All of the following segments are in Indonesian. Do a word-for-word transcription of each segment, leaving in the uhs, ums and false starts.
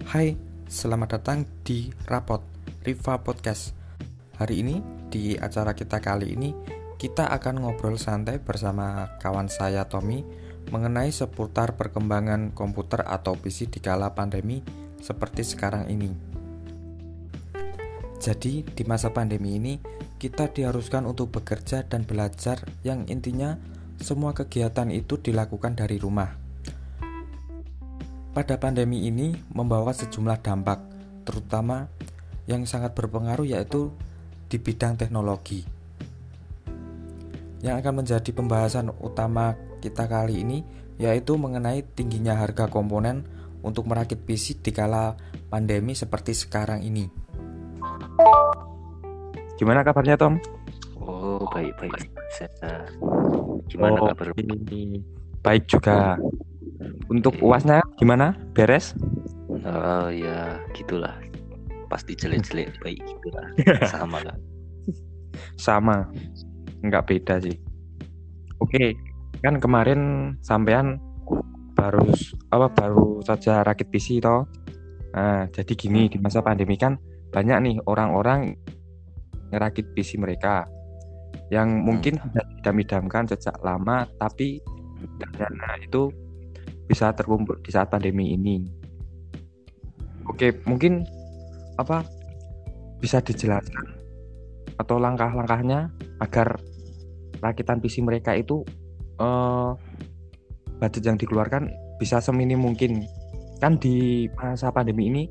Hai, selamat datang di Rapot, Riva Podcast. Hari ini, di acara kita kali ini, kita akan ngobrol santai bersama kawan saya Tommy mengenai seputar perkembangan komputer atau P C di kala pandemi seperti sekarang ini. Jadi, di masa pandemi ini, kita diharuskan untuk bekerja dan belajar yang intinya semua kegiatan itu dilakukan dari rumah. Pada pandemi ini membawa sejumlah dampak, terutama yang sangat berpengaruh yaitu di bidang teknologi. Yang akan menjadi pembahasan utama kita kali ini yaitu mengenai tingginya harga komponen untuk merakit P C di kala pandemi seperti sekarang ini. Gimana kabarnya, Tom? Oh, baik-baik. Saya gimana Oh, kabar? ini baik juga. Untuk Oke. U A S-nya gimana? Beres? Oh ya, gitulah. Pasti jelek-jelek baik gitulah. Sama lah. Sama, nggak beda sih. Oke, kan kemarin sampean baru apa baru saja rakit P C toh. Nah, jadi gini, di masa pandemi kan banyak nih orang-orang ngerakit P C mereka yang mungkin Hmm. sudah idam-idamkan sejak lama, tapi dana itu bisa terkumpul di saat pandemi ini. Oke, mungkin apa bisa dijelaskan atau langkah-langkahnya agar rakitan P C mereka itu eh, budget yang dikeluarkan bisa seminim mungkin. Kan di masa pandemi ini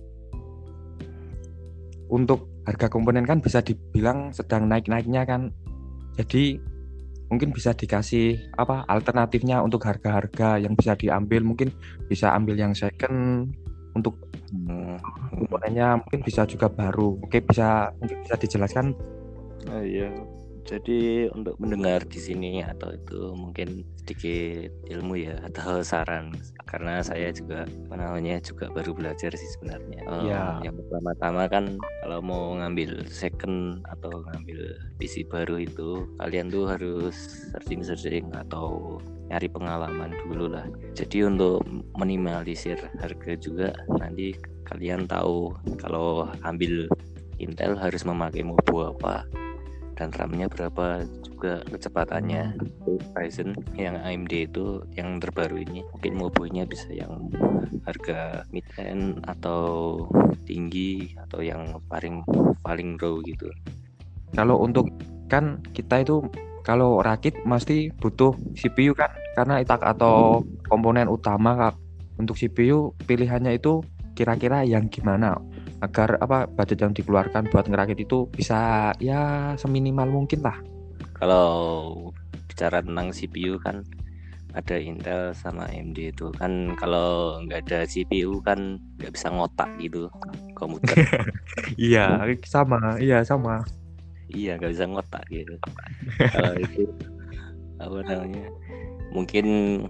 untuk harga komponen kan bisa dibilang sedang naik-naiknya kan. Jadi mungkin bisa dikasih apa alternatifnya untuk harga-harga yang bisa diambil, mungkin bisa ambil yang second untuk Hmm. komponennya, mungkin bisa juga baru. Oke, bisa mungkin bisa dijelaskan. Oh iya. Jadi untuk mendengar di sini atau itu mungkin sedikit ilmu ya atau saran karena saya juga apa namanya juga baru belajar sih sebenarnya. Um, Ya. Yang pertama-tama kan kalau mau ngambil second atau ngambil P C baru itu kalian tuh harus searching-searching atau nyari pengalaman dulu lah. Jadi untuk minimalisir harga juga nanti kalian tahu kalau ambil Intel harus memakai mobo apa dan RAM-nya berapa juga kecepatannya. Ryzen yang A M D itu yang terbaru ini mungkin mobonya bisa yang harga mid end atau tinggi atau yang paling paling low gitu. Kalau untuk kan kita itu kalau rakit mesti butuh C P U kan, karena itak atau komponen utama Kak. Untuk C P U pilihannya itu kira-kira yang gimana agar apa budget yang dikeluarkan buat ngerakit itu bisa ya seminimal mungkin lah. Kalau bicara tentang C P U kan ada Intel sama A M D itu kan kalau nggak ada C P U kan nggak bisa ngotak gitu komputer. Iya, sama, iya sama. Iya nggak bisa ngotak gitu. Kalau itu apa namanya mungkin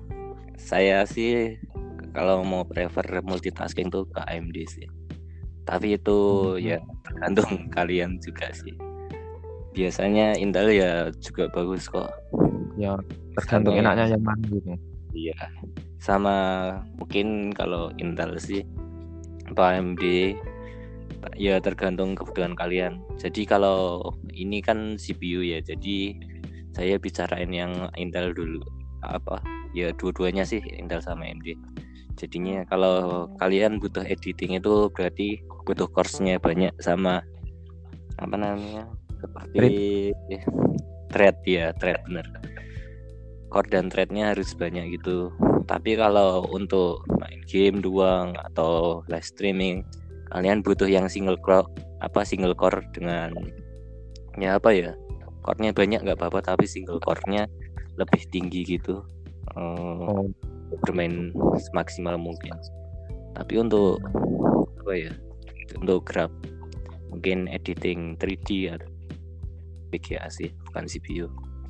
saya sih kalau mau prefer multitasking tuh ke A M D sih. Tapi itu ya tergantung kalian juga sih. Biasanya Intel ya juga bagus kok. Ya, tergantung Sama yang enaknya yang mana gitu. iya. Sama mungkin kalau Intel sih atau A M D ya tergantung kebutuhan kalian. Jadi kalau ini kan C P U ya. Jadi saya bicarain yang Intel dulu. Apa? Ya dua-duanya sih Intel sama A M D. Jadinya kalau kalian butuh editing itu berarti butuh course-nya banyak sama apa namanya? Seperti thread ya, thread bener. Core dan threadnya harus banyak gitu. Tapi kalau untuk main game doang atau live streaming, kalian butuh yang single core, apa single core dengan ya apa ya, core-nya banyak nggak apa-apa, tapi single core-nya lebih tinggi gitu. Um, Oh. Bermain semaksimal mungkin. Tapi untuk apa ya, untuk grab mungkin editing tiga D atau V G A sih, bukan C P U.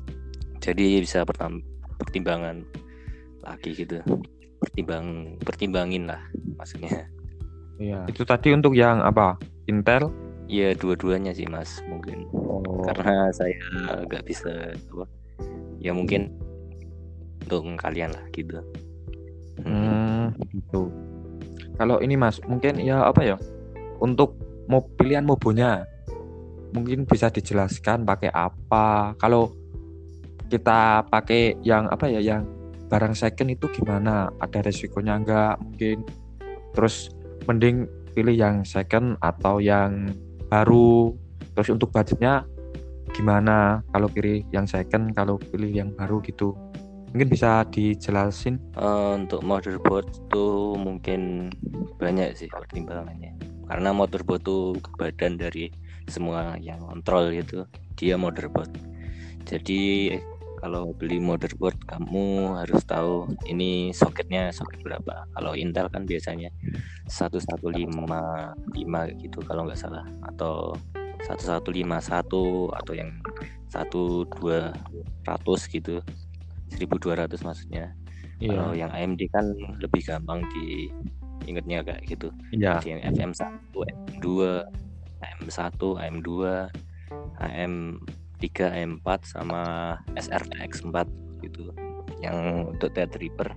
Jadi bisa pertam- pertimbangan lagi gitu, pertimbang pertimbangin lah maksudnya. Iya. Itu tadi untuk yang apa? Intel? Iya dua-duanya sih mas mungkin. Oh. Karena saya nggak bisa apa, ya mungkin untuk kalian lah gitu. Hmm, gitu. Kalau ini Mas, mungkin ya apa ya? Untuk mau pilihan mobonya mungkin bisa dijelaskan pakai apa? Kalau kita pakai yang apa ya, yang barang second itu gimana? Ada resikonya enggak? Mungkin terus mending pilih yang second atau yang baru. Terus untuk budgetnya gimana? Kalau pilih yang second, kalau pilih yang baru gitu. Mungkin bisa dijelasin. Uh, untuk motherboard tuh mungkin banyak sih pertimbangannya. Karena motherboard tuh badan dari semua yang kontrol gitu, dia motherboard. Jadi kalau beli motherboard kamu harus tahu ini soketnya soket berapa. Kalau Intel kan biasanya satu satu lima lima gitu kalau nggak salah, atau satu satu lima satu atau yang satu dua ratus gitu. seribu dua ratus maksudnya. Iya. Kalau yang A M D kan lebih gampang diingatnya kayak gitu. Iya. Jadi yang F M satu, F M dua, A M satu, A M dua, A M tiga, A M empat sama S R T X empat gitu. Yang untuk Threadripper.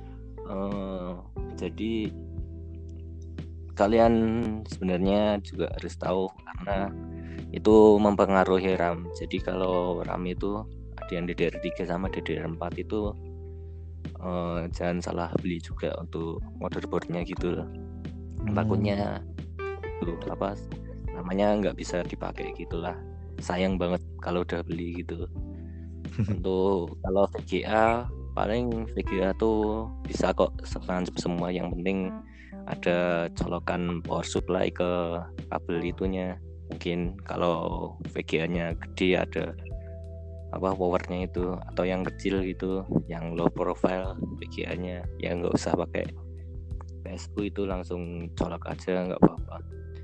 Uh, jadi kalian sebenarnya juga harus tahu karena itu mempengaruhi RAM. Jadi kalau RAM itu ada yang D D R tiga sama D D R empat itu uh, jangan salah beli juga untuk motherboardnya gitu loh. Hmm. Takutnya tuh apa namanya nggak bisa dipakai gitulah. Sayang banget kalau udah beli gitu. Untuk kalau V G A paling V G A tuh bisa kok serancap semua, yang penting ada colokan power supply ke kabel itunya. Mungkin kalau V G A-nya gede ada apa powernya itu, atau yang kecil gitu yang low profile V G A-nya ya nggak usah pakai P S U, itu langsung colok aja nggak apa-apa.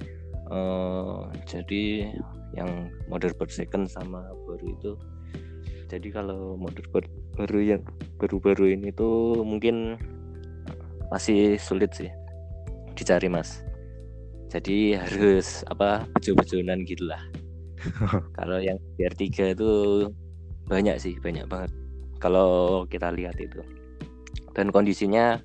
Uh, jadi yang motherboard second sama baru itu, jadi kalau motherboard baru yang baru-baru ini tuh mungkin masih sulit sih dicari Mas, jadi harus apa bejo-bejonan gitulah. Kalau yang D D R tiga itu banyak sih, banyak banget kalau kita lihat itu, dan kondisinya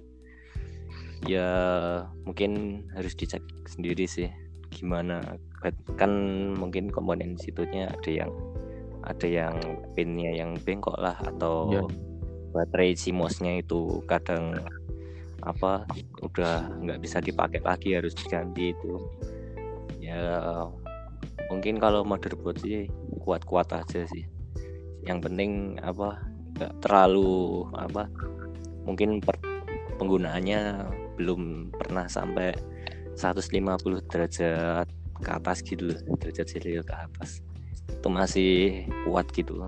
ya mungkin harus dicek sendiri sih gimana, kan mungkin komponen situnya ada yang ada yang pinnya yang bengkok lah, atau yeah. baterai C M O S-nya itu kadang apa udah nggak bisa dipakai lagi, harus diganti itu ya. Mungkin kalau motherboard sih kuat-kuat aja sih, yang penting apa nggak terlalu apa, mungkin per, penggunaannya belum pernah sampai seratus lima puluh derajat ke atas gitu, derajat Celcius ke atas, itu masih kuat gitu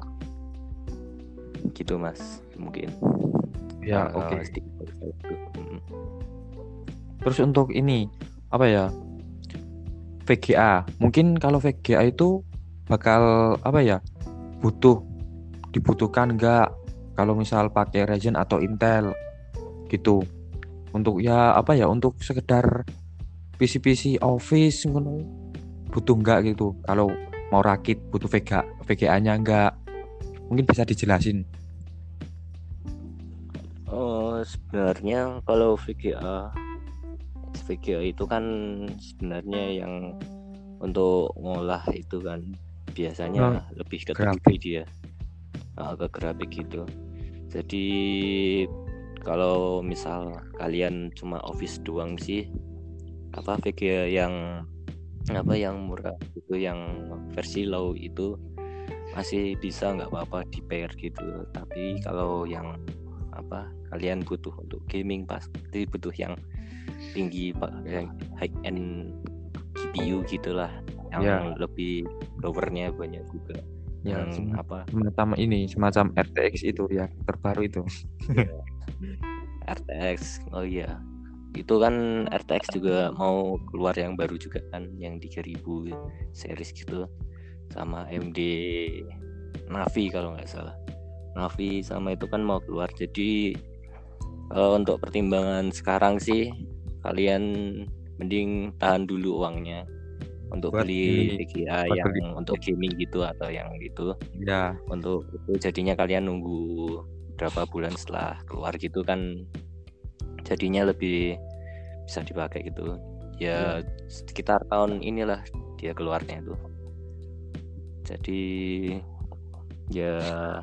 gitu Mas mungkin ya. uh, Oke. Okay. Hmm. Terus untuk ini apa ya, V G A, mungkin kalau V G A itu bakal apa ya, butuh dibutuhkan enggak kalau misal pakai Ryzen atau Intel gitu, untuk ya apa ya, untuk sekedar P C P C office ngono, butuh enggak gitu kalau mau rakit, butuh V G A V G A-nya enggak, mungkin bisa dijelasin. Oh, sebenarnya kalau V G A V G A itu kan sebenarnya yang untuk ngolah itu kan biasanya oh, lebih ke grafik dia, uh, ke grafik gitu. Jadi kalau misal kalian cuma office doang sih, apa V G A yang apa yang murah itu, yang versi low itu masih bisa nggak apa-apa di pair gitu. Tapi kalau yang apa kalian butuh untuk gaming pasti butuh yang tinggi, yang high end G P U gitulah, yang yeah. lebih powernya banyak juga, yeah, yang sem- apa semacam ini semacam R T X itu ya, terbaru itu. R T X, oh iya itu kan R T X juga mau keluar yang baru juga kan, yang tiga ribu series gitu, sama A M D Navi kalau nggak salah, Navi sama itu kan mau keluar. Jadi uh, untuk pertimbangan sekarang sih kalian mending tahan dulu uangnya untuk buat beli V G A yang beli. Untuk gaming gitu atau yang gitu ya. Untuk itu jadinya kalian nunggu berapa bulan setelah keluar gitu kan, jadinya lebih bisa dipakai gitu. Ya sekitar tahun inilah dia keluarnya itu. Jadi ya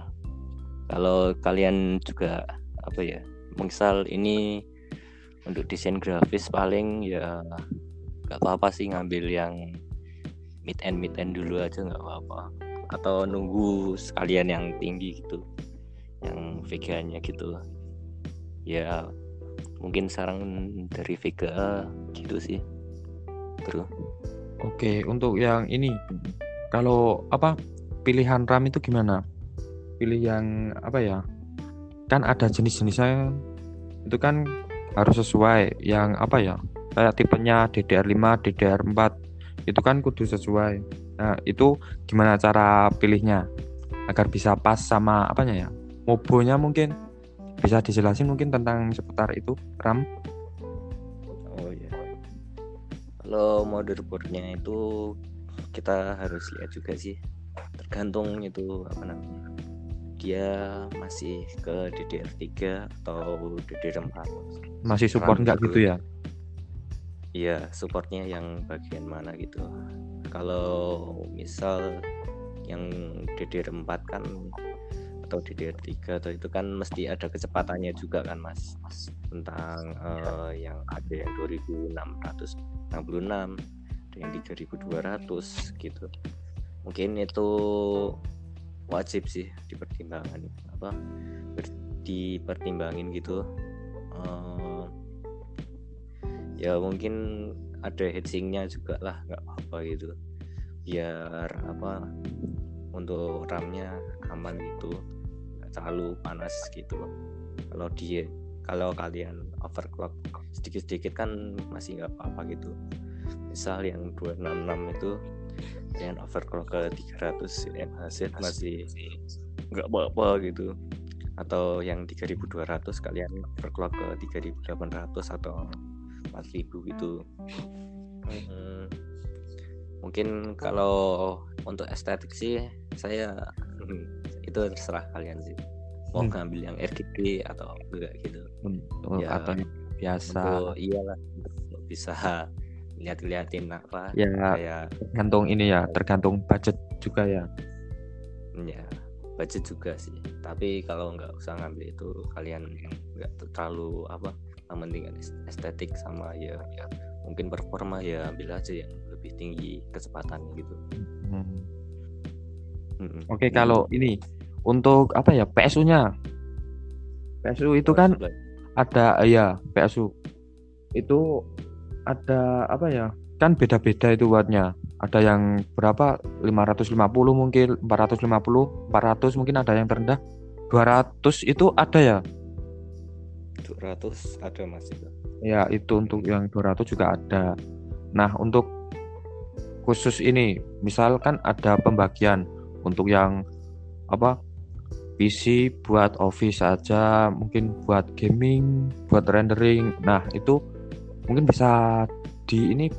kalau kalian juga apa ya, misal ini untuk desain grafis paling ya nggak apa-apa sih ngambil yang mid end mid end dulu aja nggak apa-apa, atau nunggu sekalian yang tinggi gitu, yang Vega-nya gitu ya, mungkin saran dari Vega gitu sih bro. Oke, untuk yang ini, kalau apa pilihan RAM itu gimana? Pilih yang apa ya? Kan ada jenis-jenisnya, itu kan harus sesuai. Yang apa ya? Kayak tipenya D D R lima, D D R empat, itu kan kudu sesuai. Nah, itu gimana cara pilihnya agar bisa pas sama apanya ya? Mobonya mungkin bisa dijelasin mungkin tentang seputar itu RAM. Oh ya, kalau motherboardnya itu kita harus lihat juga sih, tergantung itu apa namanya, dia masih ke D D R tiga atau D D R empat, Masih support RAM nggak itu. gitu ya? Iya, supportnya yang bagian mana gitu. Kalau misal yang D D R empat kan atau D D R tiga atau itu kan mesti ada kecepatannya juga kan mas, tentang uh, yang ada yang dua ribu enam ratus enam puluh enam, ada yang tiga ribu dua ratus gitu. Mungkin itu wajib sih dipertimbangkan, apa ber- dipertimbangin gitu. Uh, ya mungkin ada heatsinknya juga lah, nggak apa-apa gitu, biar apa untuk RAM-nya aman gitu, nggak terlalu panas gitu. Kalau dia kalau kalian overclock sedikit-sedikit kan masih nggak apa-apa gitu. Misal yang dua enam enam itu kalian overclock ke tiga ratus mHz masih nggak apa-apa gitu, atau yang tiga ribu dua ratus kalian overclock ke tiga ribu delapan ratus atau empat ribu gitu. Hmm, mungkin kalau untuk estetik sih saya itu terserah kalian sih, mau Hmm. ngambil yang R G B atau enggak gitu. Untuk Ya, atau biasa Untuk iyalah untuk bisa lihat-liatin apa ya, kayak tergantung ini ya, tergantung budget juga ya. ya budget juga sih. Tapi kalau nggak usah ngambil itu, kalian nggak terlalu apa, yang penting estetik sama ya, ya mungkin performa, ya ambil aja yang lebih tinggi kecepatannya gitu. Hmm. Mm-mm. Oke, kalau ini untuk apa ya, P S U-nya. P S U itu kan ada ya, P S U itu ada apa ya? Kan beda-beda itu wattnya. Ada yang berapa? lima ratus lima puluh mungkin, empat ratus lima puluh, empat ratus mungkin ada yang terendah. dua ratus itu ada ya? dua ratus ada mas itu. Ya, itu untuk yang dua ratus juga ada. Nah, untuk khusus ini, misalkan ada pembagian untuk yang apa? P C buat office aja, mungkin buat gaming, buat rendering. Nah, itu mungkin bisa di ini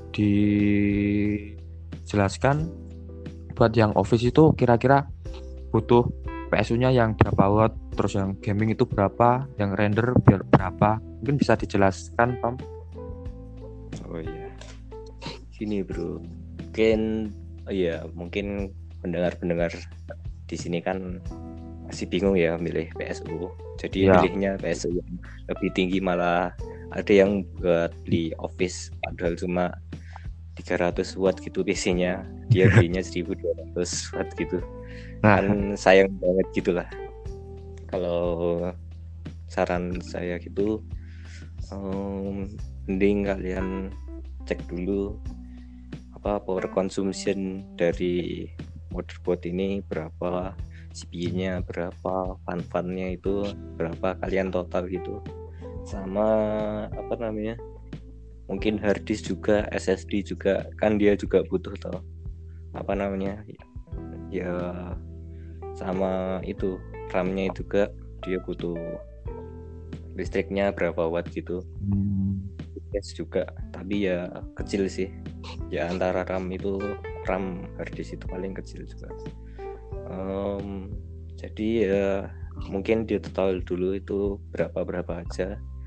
dijelaskan buat yang office itu kira-kira butuh P S U-nya yang berapa watt, terus yang gaming itu berapa, yang render biar berapa. Mungkin bisa dijelaskan, Tom. Oh iya, gini bro, mungkin oh iya mungkin pendengar-pendengar di sini kan masih bingung ya milih P S U. Jadi Ya. pilihnya P S U yang lebih tinggi, malah ada yang buat beli office padahal cuma tiga ratus watt gitu P C-nya, dia belinya seribu dua ratus watt gitu. Nah, Kan sayang banget gitulah. Kalau saran saya gitu, um, mending kalian cek dulu apa power consumption dari motherboard ini berapa, C P U-nya berapa, fan-fannya itu berapa, kalian total gitu. Sama apa namanya, mungkin hard disk juga, S S D juga, kan dia juga butuh toh apa namanya ya, sama itu RAM-nya juga dia butuh listriknya berapa watt gitu. hmm. Yes juga, tapi ya kecil sih ya, antara RAM itu RAM hard disk itu paling kecil juga. Um, jadi ya mungkin di total dulu itu berapa berapa aja,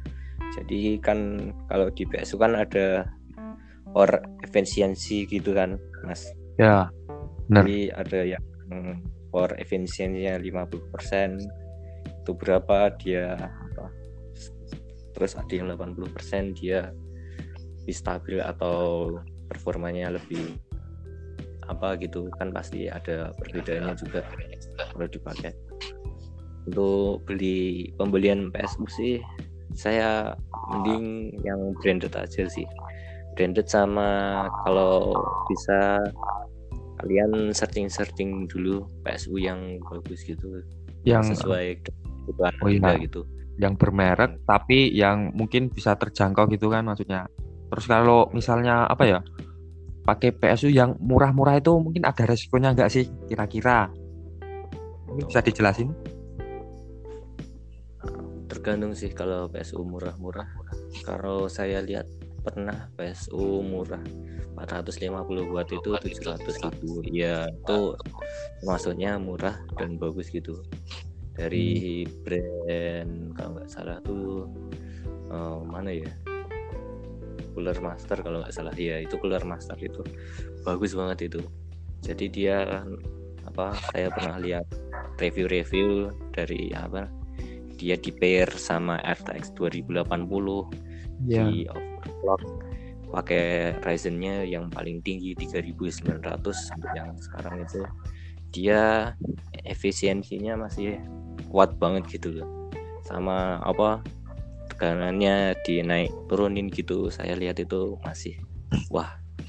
Jadi kan kalau di P S U kan ada power efisiensi gitu kan, Mas. Ya, benar. Jadi ada yang power efisiensinya lima puluh persen, itu berapa dia apa. Terus ada yang delapan puluh persen dia lebih stabil atau performanya lebih apa gitu kan, pasti ada perbedaannya juga kalau dipakai. Untuk beli pembelian P S U sih saya mending yang branded aja sih, branded. Sama kalau bisa kalian searching-searching dulu P S U yang bagus gitu, yang Yang sesuai kebutuhan oh Anda iya, gitu. yang bermerek tapi yang mungkin bisa terjangkau gitu kan maksudnya. Terus kalau misalnya apa ya, pakai P S U yang murah-murah itu mungkin ada resikonya nggak sih kira-kira? Mungkin bisa dijelasin? Tergantung sih kalau P S U murah-murah. Kalau saya lihat pernah P S U murah empat ratus lima puluh watt itu tujuh ratus ribu. Ya itu maksudnya murah dan bagus gitu. Dari brand kalau nggak salah tuh uh, mana ya? Cooler Master kalau nggak salah. Ya itu Cooler Master itu bagus banget itu. Jadi dia apa? Saya pernah lihat review-review dari apa? Dia di pair sama R T X dua ribu delapan puluh Ya. di overclock, pakai Ryzen-nya yang paling tinggi tiga ribu sembilan ratus untuk yang sekarang itu. Dia efisiensinya masih kuat banget gitu loh. Sama apa? Teganannya dinaik turunin gitu. Saya lihat itu masih wah.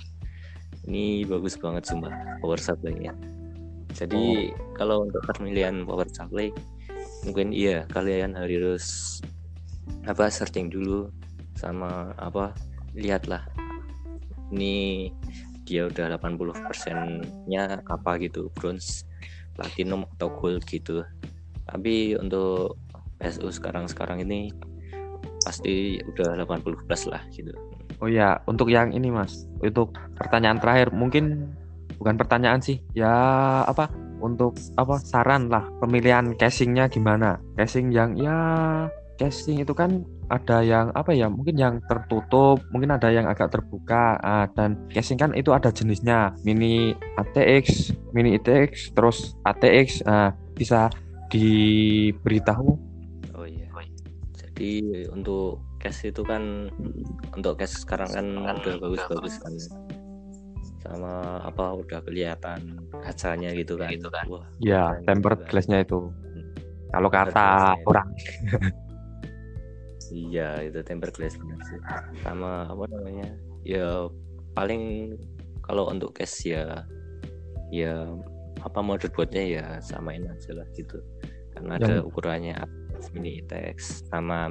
Ini bagus banget sumpah power supply-nya. Jadi oh. Kalau untuk pemilihan power supply mungkin iya kalian harus apa searching dulu sama apa lihatlah ini dia udah delapan puluh persennya apa gitu, bronze, platinum atau gold gitu. Tapi untuk P S U sekarang-sekarang ini pasti udah delapan puluh plus lah gitu. Oh ya, untuk yang ini Mas, untuk pertanyaan terakhir mungkin bukan pertanyaan sih ya, apa untuk apa saran lah pemilihan casingnya gimana, casing yang ya casing itu kan ada yang apa ya mungkin yang tertutup, mungkin ada yang agak terbuka, ah, dan casing kan itu ada jenisnya mini A T X, mini I T X, terus A T X, ah, bisa diberitahu? Oh iya, jadi untuk case itu kan untuk case sekarang kan udah bagus-bagus kan, sama apa udah kelihatan kacanya gitu kan, gitu kan. Wah, ya tempered gitu glassnya itu hmm. Kalau kata orang iya itu tempered glass benar sih. Sama apa namanya ya paling kalau untuk case ya ya apa motherboardnya ya samain aja lah gitu, karena ada yang ukurannya mini I T X sama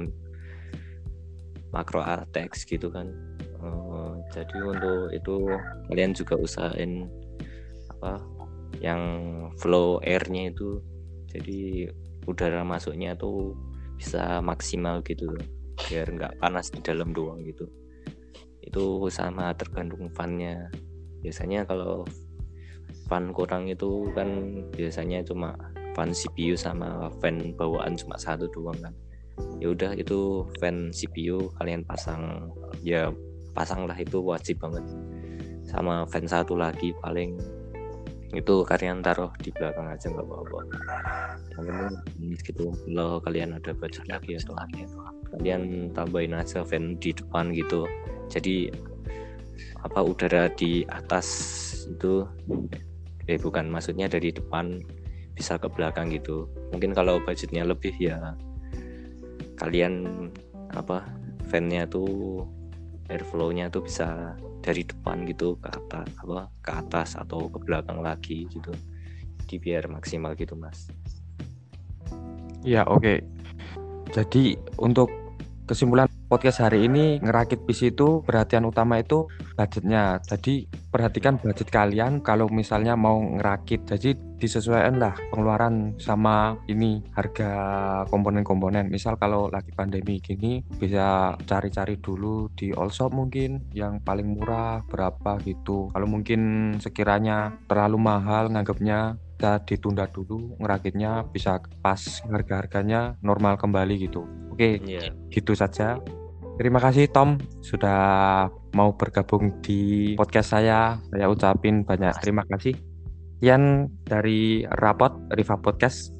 makro A T X gitu kan. Uh, jadi untuk itu kalian juga usahain apa yang flow airnya itu, jadi udara masuknya tuh bisa maksimal gitu biar nggak panas di dalam doang gitu. Itu sama tergantung fan-nya. Biasanya kalau fan kurang itu kan biasanya cuma fan C P U sama fan bawaan cuma satu doang kan. Ya udah itu fan C P U kalian pasang ya pasanglah, itu wajib banget. Sama fan satu lagi paling itu kalian taruh di belakang aja nggak apa-apa. Yang penting gitu kalau kalian ada budget lagi atau kalian tambahin aja fan di depan gitu. Jadi apa udara di atas itu eh bukan maksudnya dari depan bisa ke belakang gitu. Mungkin kalau budgetnya lebih ya kalian apa fan-nya tuh airflow-nya tuh bisa dari depan gitu ke atas apa ke atas atau ke belakang lagi gitu. Jadi biar maksimal gitu Mas. Ya oke. Okay. Jadi untuk kesimpulan podcast hari ini, ngerakit P C itu perhatian utama itu budgetnya. Jadi perhatikan budget kalian kalau misalnya mau ngerakit. Jadi disesuaikan lah pengeluaran sama ini harga komponen-komponen. Misal kalau lagi pandemi gini bisa cari-cari dulu di all shop mungkin yang paling murah berapa gitu. Kalau mungkin sekiranya terlalu mahal nganggapnya, bisa ditunda dulu ngerakitnya, bisa pas harga-harganya normal kembali gitu. Oke, okay, yeah. Gitu saja. Terima kasih Tom sudah mau bergabung di podcast saya. Saya ucapin banyak terima kasih. Sekian dari Rapot Riva Podcast.